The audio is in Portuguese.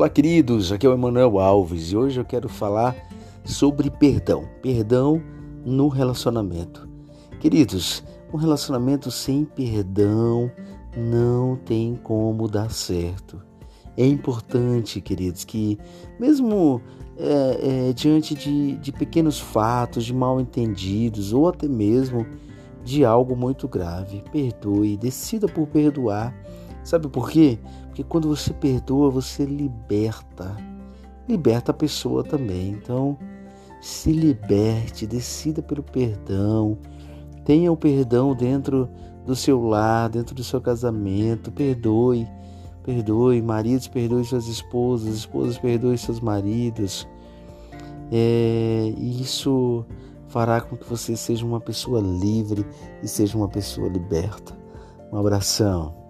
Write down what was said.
Olá, queridos, aqui é o Emanuel Alves e hoje eu quero falar sobre perdão no relacionamento. Queridos, um relacionamento sem perdão não tem como dar certo. É importante, queridos, que mesmo diante de pequenos fatos, de mal-entendidos ou até mesmo de algo muito grave, perdoe, decida por perdoar. Sabe por quê? Porque quando você perdoa, você liberta a pessoa também. Então, se liberte, decida pelo perdão, tenha o perdão dentro do seu lar, dentro do seu casamento, perdoe, maridos, perdoe suas esposas perdoe seus maridos. E isso fará com que você seja uma pessoa livre e seja uma pessoa liberta. Um abração.